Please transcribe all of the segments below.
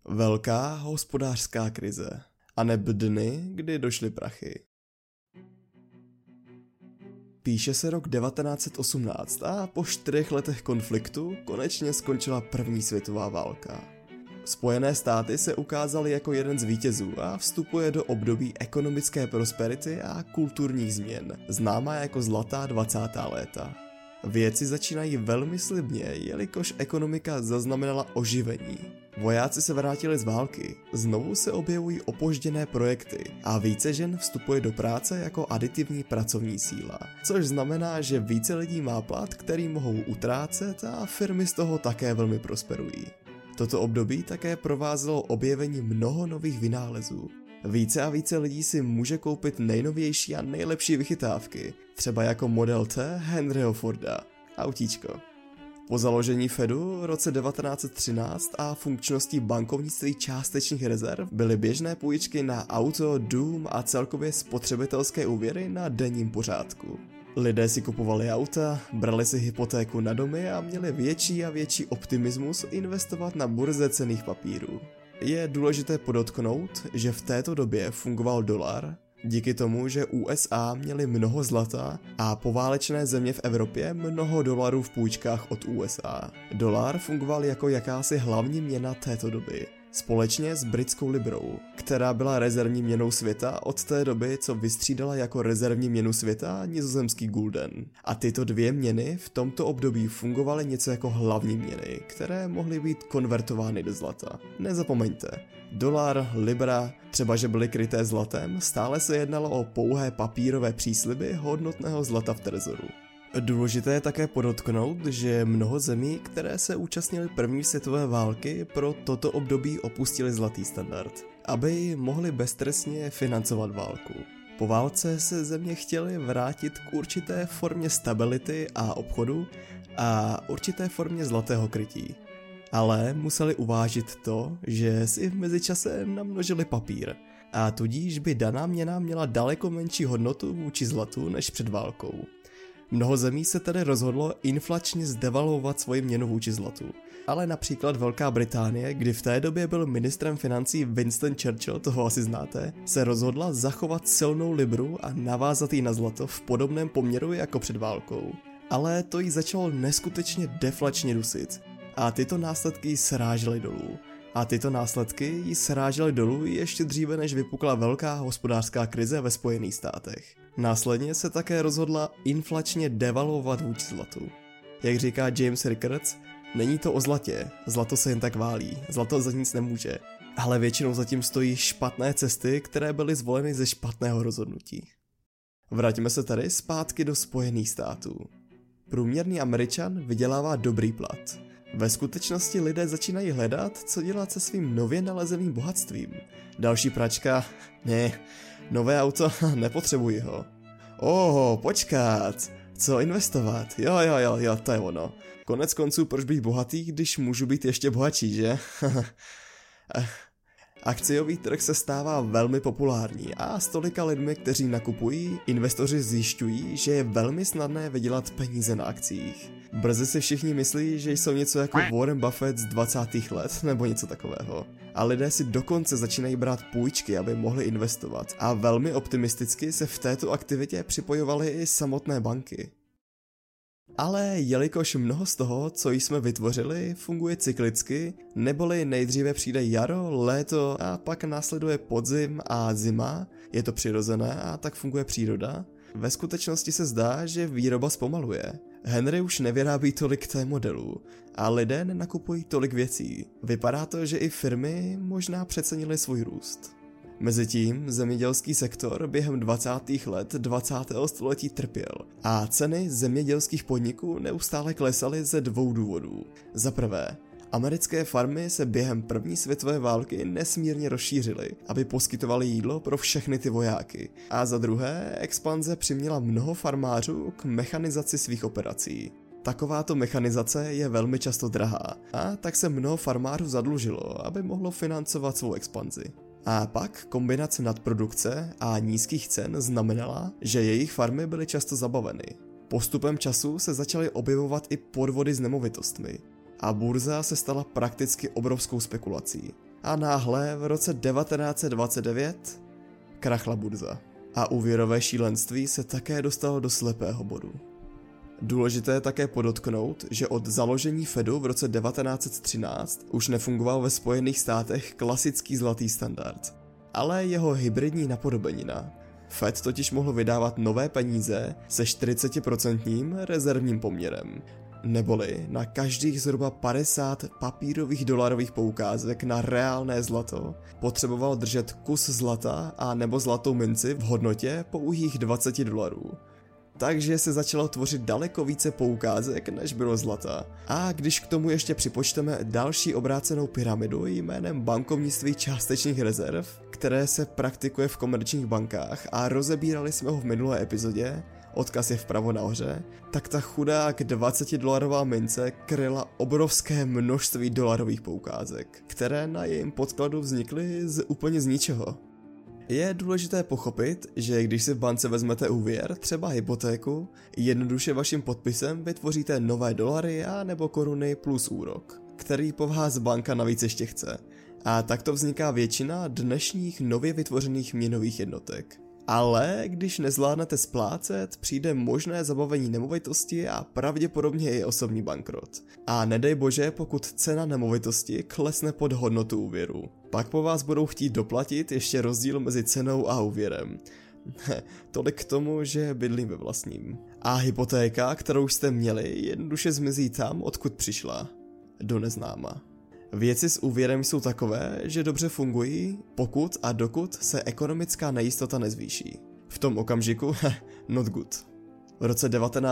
Velká hospodářská krize. A neb dny, kdy došly prachy. Píše se rok 1918 a po 4 letech konfliktu konečně skončila první světová válka. Spojené státy se ukázaly jako jeden z vítězů a vstupuje do období ekonomické prosperity a kulturních změn, známá jako zlatá 20. léta. Věci začínají velmi slibně, jelikož ekonomika zaznamenala oživení. Vojáci se vrátili z války, znovu se objevují opožděné projekty a více žen vstupuje do práce jako aditivní pracovní síla, což znamená, že více lidí má plat, který mohou utrácet a firmy z toho také velmi prosperují. Toto období také provázelo objevení mnoho nových vynálezů. Více a více lidí si může koupit nejnovější a nejlepší vychytávky, třeba jako Model T Henryho Forda, autíčko. Po založení Fedu v roce 1913 a funkčností bankovnictví částečných rezerv byly běžné půjčky na auto, dům a celkově spotřebitelské úvěry na denním pořádku. Lidé si kupovali auta, brali si hypotéku na domy a měli větší a větší optimismus investovat na burze cenných papírů. Je důležité podotknout, že v této době fungoval dolar, díky tomu, že USA měli mnoho zlata a poválečné země v Evropě mnoho dolarů v půjčkách od USA. Dolar fungoval jako jakási hlavní měna této doby, společně s britskou librou, která byla rezervní měnou světa od té doby, co vystřídala jako rezervní měnu světa nizozemský gulden. A tyto dvě měny v tomto období fungovaly něco jako hlavní měny, které mohly být konvertovány do zlata. Nezapomeňte, dolar, libra, třeba že byly kryté zlatem, stále se jednalo o pouhé papírové přísliby hodnotného zlata v trezoru. Důležité je také podotknout, že mnoho zemí, které se účastnily první světové války, pro toto období opustili zlatý standard, aby mohli beztrestně financovat válku. Po válce se země chtěly vrátit k určité formě stability a obchodu a určité formě zlatého krytí. Ale museli uvážit to, že si v mezičase namnožili papír a tudíž by daná měna měla daleko menší hodnotu vůči zlatu než před válkou. Mnoho zemí se tedy rozhodlo inflačně zdevalvovat svoji měnu vůči zlatu. Ale například Velká Británie, kdy v té době byl ministrem financí Winston Churchill, toho asi znáte, se rozhodla zachovat silnou libru a navázat ji na zlato v podobném poměru jako před válkou. Ale to jí začalo neskutečně deflačně dusit. A tyto následky ji srážely dolů. A tyto následky ji srážely dolů ještě dříve, než vypukla velká hospodářská krize ve Spojených státech. Následně se také rozhodla inflačně devalvovat vůči zlatu. Jak říká James Rickards, není to o zlatě, zlato se jen tak válí, zlato za nic nemůže, ale většinou zatím stojí špatné cesty, které byly zvoleny ze špatného rozhodnutí. Vraťme se tady zpátky do Spojených států. Průměrný Američan vydělává dobrý plat. Ve skutečnosti lidé začínají hledat, co dělat se svým nově nalezeným bohatstvím. Další pračka, ne, nové auto, nepotřebuji ho. Oho, počkat, co investovat, jo, to je ono. Konec konců, proč být bohatý, když můžu být ještě bohatší, že? Akciový trh se stává velmi populární a s tolika lidmi, kteří nakupují, investoři zjišťují, že je velmi snadné vydělat peníze na akcích. Brzy si všichni myslí, že jsou něco jako Warren Buffett z 20. let nebo něco takového. A lidé si dokonce začínají brát půjčky, aby mohli investovat. A velmi optimisticky se v této aktivitě připojovaly i samotné banky. Ale jelikož mnoho z toho, co jsme vytvořili, funguje cyklicky, neboli nejdříve přijde jaro, léto a pak následuje podzim a zima, je to přirozené a tak funguje příroda, ve skutečnosti se zdá, že výroba zpomaluje. Henry už nevyrábí tolik té modelů a lidé nenakupují tolik věcí. Vypadá to, že i firmy možná přecenily svůj růst. Mezitím zemědělský sektor během 20. let 20. století trpěl a ceny zemědělských podniků neustále klesaly ze 2 důvodů. Za prvé, americké farmy se během první světové války nesmírně rozšířily, aby poskytovaly jídlo pro všechny ty vojáky. A za druhé, expanze přiměla mnoho farmářů k mechanizaci svých operací. Takováto mechanizace je velmi často drahá a tak se mnoho farmářů zadlužilo, aby mohlo financovat svou expanzi. A pak kombinace nadprodukce a nízkých cen znamenala, že jejich farmy byly často zabaveny. Postupem času se začaly objevovat i podvody s nemovitostmi a burza se stala prakticky obrovskou spekulací. A náhle v roce 1929 krachla burza. A úvěrové šílenství se také dostalo do slepého bodu. Důležité je také podotknout, že od založení Fedu v roce 1913 už nefungoval ve Spojených státech klasický zlatý standard, ale jeho hybridní napodobenina. Fed totiž mohl vydávat nové peníze se 40% rezervním poměrem, neboli na každých zhruba 50 papírových dolarových poukázek na reálné zlato potřeboval držet kus zlata a nebo zlatou minci v hodnotě pouhých $20. Takže se začalo tvořit daleko více poukázek, než bylo zlata. A když k tomu ještě připočteme další obrácenou pyramidu jménem bankovnictví částečných rezerv, které se praktikuje v komerčních bankách a rozebírali jsme ho v minulé epizodě, odkaz je vpravo nahoře, tak ta chudák $20 mince kryla obrovské množství dolarových poukázek, které na jejím podkladu vznikly úplně z ničeho. Je důležité pochopit, že když si v bance vezmete úvěr, třeba hypotéku, jednoduše vaším podpisem vytvoříte nové dolary a nebo koruny plus úrok, který po vás banka navíc ještě chce. A takto vzniká většina dnešních nově vytvořených měnových jednotek. Ale když nezvládnete splácet, přijde možné zabavení nemovitosti a pravděpodobně i osobní bankrot. A nedej bože, pokud cena nemovitosti klesne pod hodnotu úvěru. Pak po vás budou chtít doplatit ještě rozdíl mezi cenou a úvěrem. Tolik k tomu, že bydlím ve vlastním. A hypotéka, kterou jste měli, jednoduše zmizí tam, odkud přišla. Do neznáma. Věci s úvěrem jsou takové, že dobře fungují, pokud a dokud se ekonomická nejistota nezvýší. V tom okamžiku, not good. V roce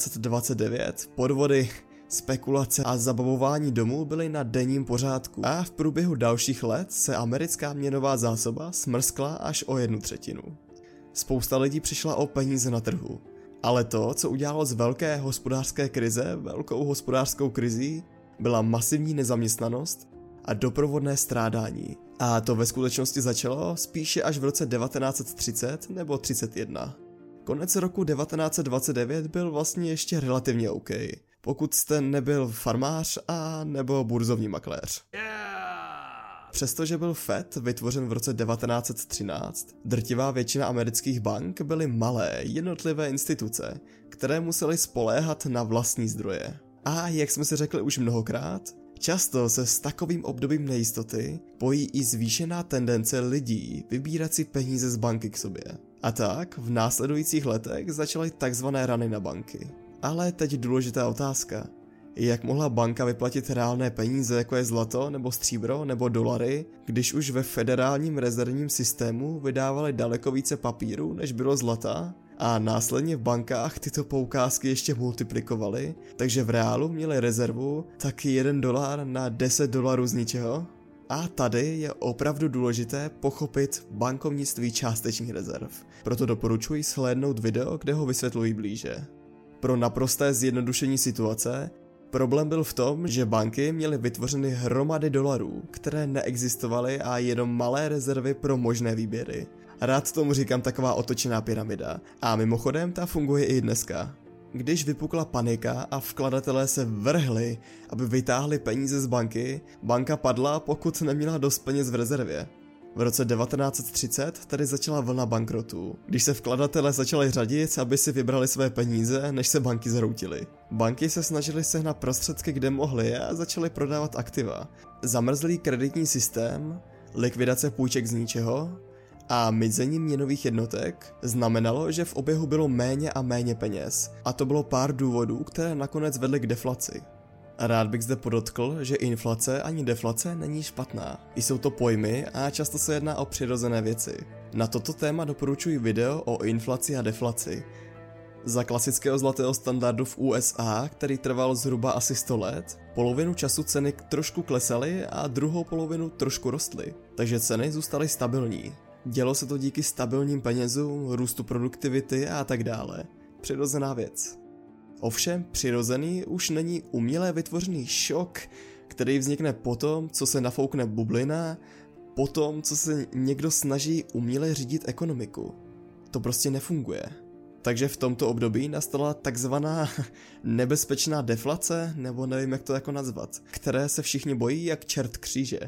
1929 podvody, spekulace a zabavování domů byly na denním pořádku a v průběhu dalších let se americká měnová zásoba smrskla až o 1/3. Spousta lidí přišla o peníze na trhu. Ale to, co udělalo z velké hospodářské krize velkou hospodářskou krizí, byla masivní nezaměstnanost a doprovodné strádání. A to ve skutečnosti začalo spíše až v roce 1930 nebo 31. Konec roku 1929 byl vlastně ještě relativně OK, pokud jste nebyl farmář a nebo burzovní makléř. Přestože byl Fed vytvořen v roce 1913, drtivá většina amerických bank byly malé, jednotlivé instituce, které musely spoléhat na vlastní zdroje. A jak jsme si řekli už mnohokrát, často se s takovým obdobím nejistoty pojí i zvýšená tendence lidí vybírat si peníze z banky k sobě. A tak v následujících letech začaly takzvané rany na banky. Ale teď důležitá otázka. Jak mohla banka vyplatit reálné peníze, jako je zlato, nebo stříbro, nebo dolary, když už ve federálním rezervním systému vydávali daleko více papíru, než bylo zlata? A následně v bankách tyto poukázky ještě multiplikovaly, takže v reálu měli rezervu taky $1 na $10 z ničeho? A tady je opravdu důležité pochopit bankovnictví částečných rezerv. Proto doporučuji shlédnout video, kde ho vysvětluji blíže. Pro naprosté zjednodušení situace, problém byl v tom, že banky měly vytvořeny hromady dolarů, které neexistovaly a jenom malé rezervy pro možné výběry. Rád tomu říkám taková otočená pyramida. A mimochodem ta funguje i dneska. Když vypukla panika a vkladatelé se vrhli, aby vytáhli peníze z banky, banka padla, pokud neměla dost peněz v rezervě. V roce 1930 tady začala vlna bankrotů, když se vkladatelé začali řadit, aby si vybrali své peníze, než se banky zhroutily. Banky se snažily sehnat prostředky, kde mohly a začaly prodávat aktiva. Zamrzlý kreditní systém, likvidace půjček z ničeho a mizení měnových jednotek znamenalo, že v oběhu bylo méně a méně peněz. A to bylo pár důvodů, které nakonec vedly k deflaci. Rád bych zde podotkl, že inflace ani deflace není špatná. Jsou to pojmy a často se jedná o přirozené věci. Na toto téma doporučuji video o inflaci a deflaci. Za klasického zlatého standardu v USA, který trval zhruba asi 100 let, polovinu času ceny trošku klesaly a druhou polovinu trošku rostly, takže ceny zůstaly stabilní. Dělo se to díky stabilním penězům, růstu produktivity a tak dále. Přirozená věc. Ovšem přirozený už není uměle vytvořený šok, který vznikne potom, co se nafoukne bublina, potom, co se někdo snaží uměle řídit ekonomiku. To prostě nefunguje. Takže v tomto období nastala takzvaná nebezpečná deflace, nebo nevím jak to jako nazvat, které se všichni bojí jak čert kříže.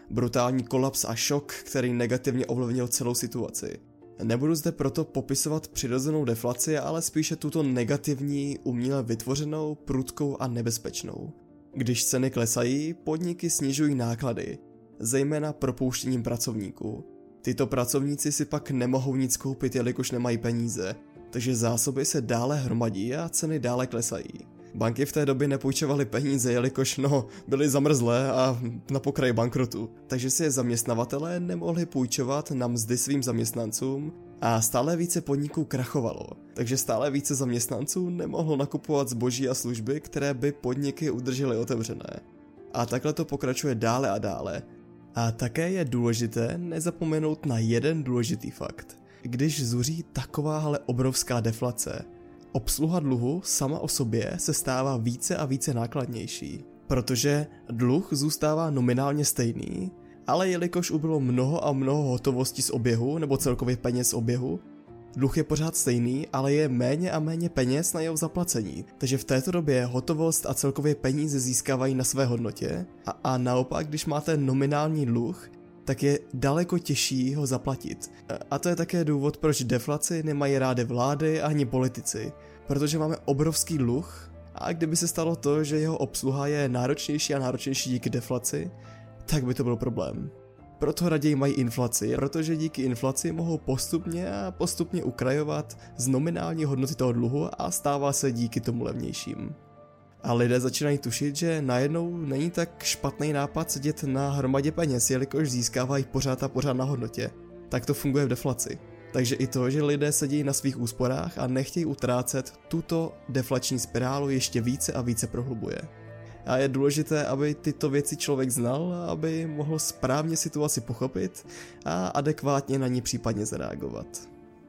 brutální kolaps a šok, který negativně ovlivnil celou situaci. Nebudu zde proto popisovat přirozenou deflaci, ale spíše tuto negativní, uměle vytvořenou, prudkou a nebezpečnou. Když ceny klesají, podniky snižují náklady, zejména propouštěním pracovníků. Tyto pracovníci si pak nemohou nic koupit, jelikož nemají peníze, takže zásoby se dále hromadí a ceny dále klesají. Banky v té době nepůjčovaly peníze, jelikož byly zamrzlé a na pokraji bankrotu, takže si je zaměstnavatelé nemohli půjčovat na mzdy svým zaměstnancům a stále více podniků krachovalo, takže stále více zaměstnanců nemohlo nakupovat zboží a služby, které by podniky udržely otevřené. A takhle to pokračuje dále a dále. A také je důležité nezapomenout na jeden důležitý fakt. Když zuří takováhle obrovská deflace, obsluha dluhu sama o sobě se stává více a více nákladnější, protože dluh zůstává nominálně stejný, ale jelikož ubylo mnoho a mnoho hotovosti z oběhu nebo celkově peněz z oběhu, dluh je pořád stejný, ale je méně a méně peněz na jeho zaplacení, takže v této době hotovost a celkově peníze získávají na své hodnotě a naopak, když máte nominální dluh, tak je daleko těžší ho zaplatit. A to je také důvod, proč deflaci nemají rády vlády ani politici, protože máme obrovský dluh a kdyby se stalo to, že jeho obsluha je náročnější a náročnější díky deflaci, tak by to byl problém. Proto raději mají inflaci, protože díky inflaci mohou postupně ukrajovat z nominální hodnoty toho dluhu a stává se díky tomu levnějším. A lidé začínají tušit, že najednou není tak špatný nápad sedět na hromadě peněz, jelikož získávají pořád a pořád na hodnotě. Tak to funguje v deflaci. Takže i to, že lidé sedí na svých úsporách a nechtějí utrácet, tuto deflační spirálu ještě více a více prohlubuje. A je důležité, aby tyto věci člověk znal, aby mohl správně situaci pochopit a adekvátně na ní případně zareagovat.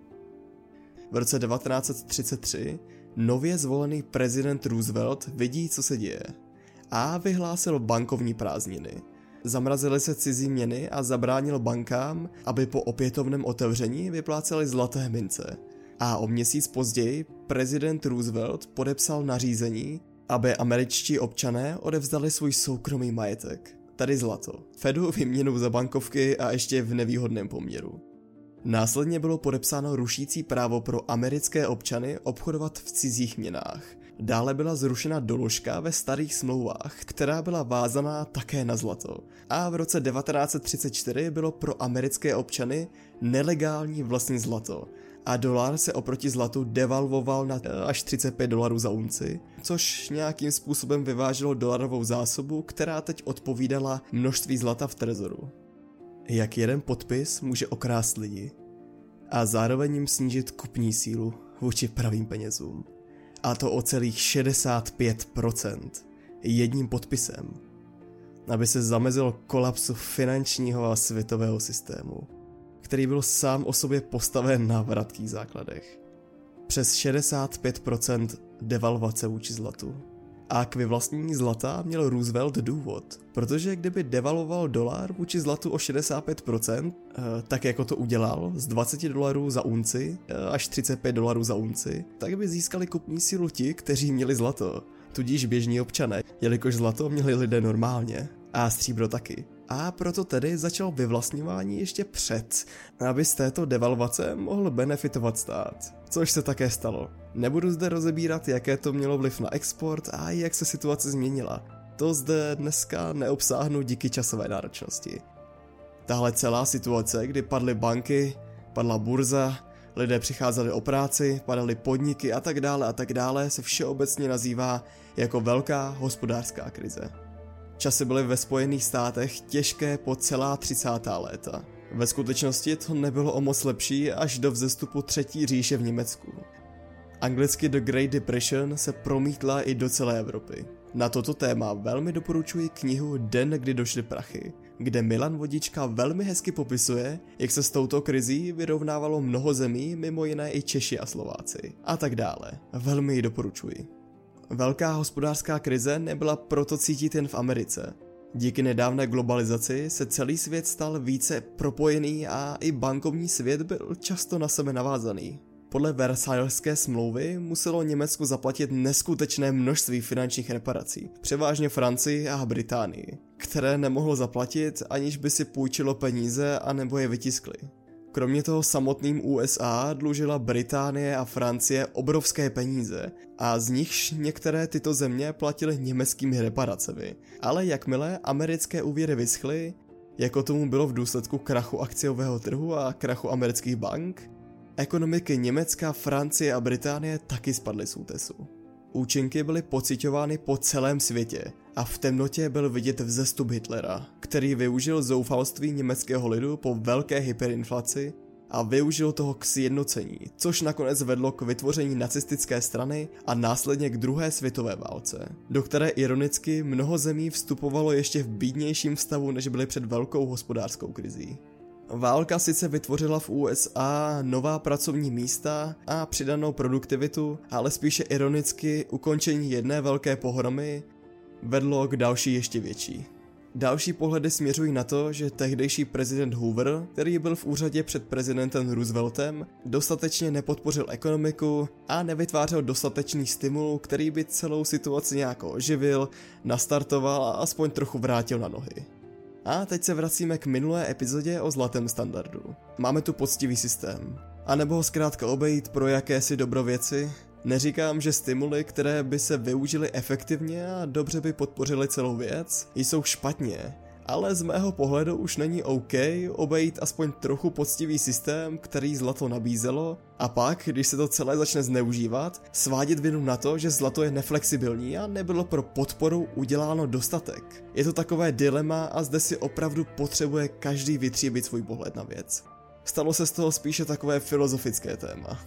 V roce 1933 nově zvolený prezident Roosevelt vidí, co se děje, a vyhlásil bankovní prázdniny. Zamrazily se cizí měny a zabránil bankám, aby po opětovném otevření vypláceli zlaté mince. A o měsíc později prezident Roosevelt podepsal nařízení, aby američtí občané odevzdali svůj soukromý majetek, tedy zlato, Fedu výměnou za bankovky a ještě v nevýhodném poměru. Následně bylo podepsáno rušící právo pro americké občany obchodovat v cizích měnách. Dále byla zrušena doložka ve starých smlouvách, která byla vázaná také na zlato. A v roce 1934 bylo pro americké občany nelegální vlastní zlato. A dolar se oproti zlatu devalvoval na až $35 za unci, což nějakým způsobem vyváželo dolarovou zásobu, která teď odpovídala množství zlata v trezoru. Jak jeden podpis může okrást lidi a zároveň jim snížit kupní sílu vůči pravým penězům. A to o celých 65% jedním podpisem, aby se zamezilo kolapsu finančního a světového systému, který byl sám o sobě postaven na vratkých základech. Přes 65% devalvace vůči zlatu. A k vyvlastnění zlata měl Roosevelt důvod, protože kdyby devalvoval dolar vůči zlatu o 65%, tak jako to udělal, z $20 za unci až $35 za unci, tak by získali kupní sílu ti, kteří měli zlato, tudíž běžní občané, jelikož zlato měli lidé normálně a stříbro taky. A proto tedy začal vyvlastňování ještě před, aby z této devalvace mohl benefitovat stát, což se také stalo. Nebudu zde rozebírat, jaké to mělo vliv na export a jak se situace změnila. To zde dneska neobsáhnu díky časové náročnosti. Tahle celá situace, kdy padly banky, padla burza, lidé přicházeli o práci, padaly podniky a tak dále, se všeobecně nazývá jako velká hospodářská krize. Časy byly ve Spojených státech těžké po celá 30. léta. Ve skutečnosti to nebylo o moc lepší až do vzestupu Třetí říše v Německu. Anglicky The Great Depression se promítla i do celé Evropy. Na toto téma velmi doporučuji knihu Den, kdy došly prachy, kde Milan Vodička velmi hezky popisuje, jak se s touto krizí vyrovnávalo mnoho zemí, mimo jiné i Češi a Slováci. A tak dále. Velmi ji doporučuji. Velká hospodářská krize nebyla proto cítit jen v Americe. Díky nedávné globalizaci se celý svět stal více propojený a i bankovní svět byl často na sebe navázaný. Podle Versailleské smlouvy muselo Německu zaplatit neskutečné množství finančních reparací, převážně Francii a Británii, které nemohlo zaplatit, aniž by si půjčilo peníze anebo je vytiskli. Kromě toho samotným USA dlužila Británie a Francie obrovské peníze a z nichž některé tyto země platily německými reparacemi. Ale jakmile americké úvěry vyschly, jako tomu bylo v důsledku krachu akciového trhu a krachu amerických bank, ekonomiky Německa, Francie a Británie taky spadly z útesu. Účinky byly pociťovány po celém světě a v temnotě byl vidět vzestup Hitlera, který využil zoufalství německého lidu po velké hyperinflaci a využil toho k sjednocení, což nakonec vedlo k vytvoření nacistické strany a následně k druhé světové válce, do které ironicky mnoho zemí vstupovalo ještě v bídnějším stavu, než byly před velkou hospodářskou krizí. Válka sice vytvořila v USA nová pracovní místa a přidanou produktivitu, ale spíše ironicky ukončení jedné velké pohromy vedlo k další ještě větší. Další pohledy směřují na to, že tehdejší prezident Hoover, který byl v úřadě před prezidentem Rooseveltem, dostatečně nepodpořil ekonomiku a nevytvářel dostatečný stimul, který by celou situaci nějak oživil, nastartoval a aspoň trochu vrátil na nohy. A teď se vracíme k minulé epizodě o zlatém standardu. Máme tu poctivý systém. A nebo ho zkrátka obejít pro jakési dobrověci? Neříkám, že stimuly, které by se využily efektivně a dobře by podpořily celou věc, jsou špatně. Ale z mého pohledu už není OK obejít aspoň trochu poctivý systém, který zlato nabízelo, a pak, když se to celé začne zneužívat, svádět vinu na to, že zlato je neflexibilní a nebylo pro podporu uděláno dostatek. Je to takové dilema a zde si opravdu potřebuje každý vytříbit svůj pohled na věc. Stalo se z toho spíše takové filozofické téma.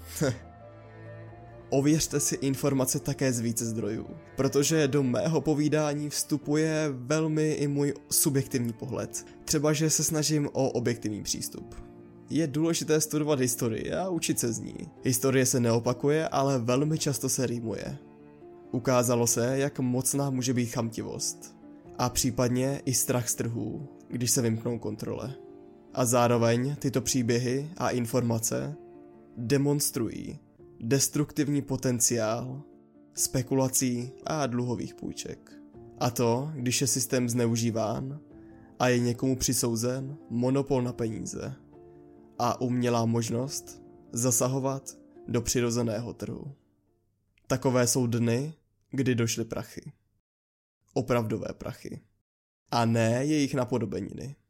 Ověřte si informace také z více zdrojů, protože do mého povídání vstupuje velmi i můj subjektivní pohled. Třeba, že se snažím o objektivní přístup. Je důležité studovat historii a učit se z ní. Historie se neopakuje, ale velmi často se rýmuje. Ukázalo se, jak mocná může být chamtivost. A případně i strach z trhů, když se vymknou kontrole. A zároveň tyto příběhy a informace demonstrují destruktivní potenciál spekulací a dluhových půjček. A to, když je systém zneužíván a je někomu přisouzen monopol na peníze a umělá možnost zasahovat do přirozeného trhu. Takové jsou dny, kdy došly prachy. Opravdové prachy. A ne jejich napodobeniny.